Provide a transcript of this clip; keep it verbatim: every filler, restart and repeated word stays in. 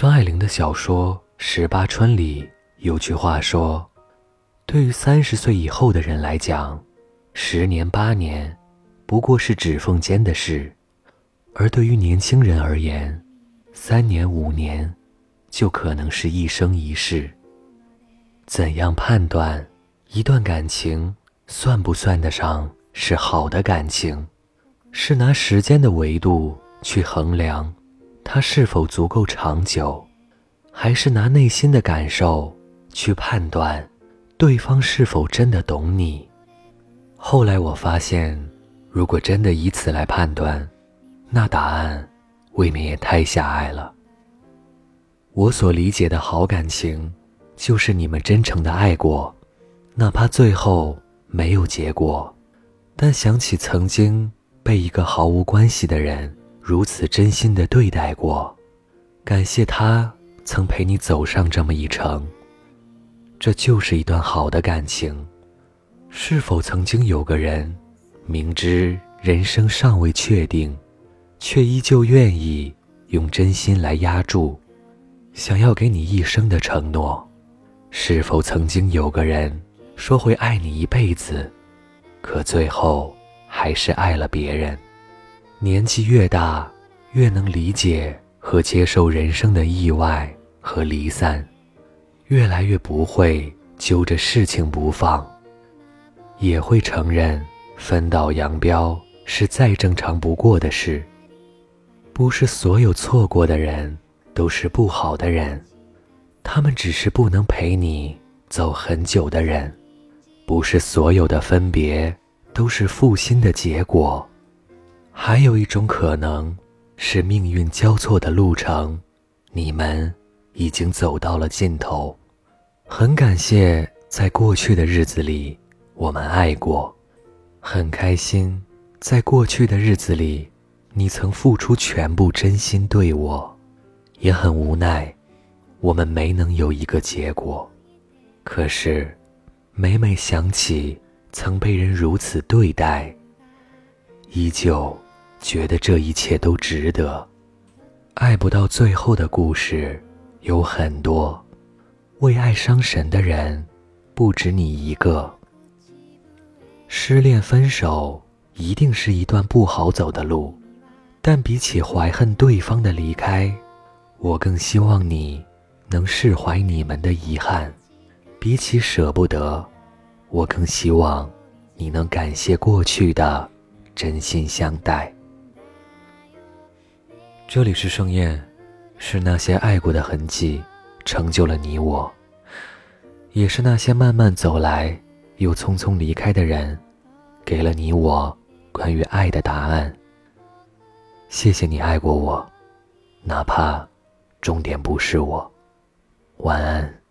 张爱玲的小说《十八春》里有句话说，对于三十岁以后的人来讲，十年八年不过是指缝间的事，而对于年轻人而言，三年五年就可能是一生一世。怎样判断一段感情算不算得上是好的感情？是拿时间的维度去衡量它是否足够长久，还是拿内心的感受去判断对方是否真的懂你？后来我发现，如果真的以此来判断，那答案未免也太狭隘了。我所理解的好感情，就是你们真诚的爱过，哪怕最后没有结果，但想起曾经被一个毫无关系的人如此真心地对待过，感谢他曾陪你走上这么一程，这就是一段好的感情。是否曾经有个人，明知人生尚未确定，却依旧愿意用真心来压住，想要给你一生的承诺？是否曾经有个人说会爱你一辈子，可最后还是爱了别人？年纪越大，越能理解和接受人生的意外和离散，越来越不会揪着事情不放，也会承认分道扬镳是再正常不过的事。不是所有错过的人都是不好的人，他们只是不能陪你走很久的人。不是所有的分别都是负心的结果，还有一种可能是命运交错的路程，你们已经走到了尽头。很感谢在过去的日子里我们爱过，很开心在过去的日子里你曾付出全部真心对我，也很无奈我们没能有一个结果。可是每每想起曾被人如此对待，依旧觉得这一切都值得。爱不到最后的故事有很多，为爱伤神的人不止你一个。失恋分手一定是一段不好走的路，但比起怀恨对方的离开，我更希望你能释怀你们的遗憾。比起舍不得，我更希望你能感谢过去的真心相待。这里是盛宴，是那些爱过的痕迹成就了你我，也是那些慢慢走来又匆匆离开的人，给了你我关于爱的答案。谢谢你爱过我，哪怕终点不是我。晚安。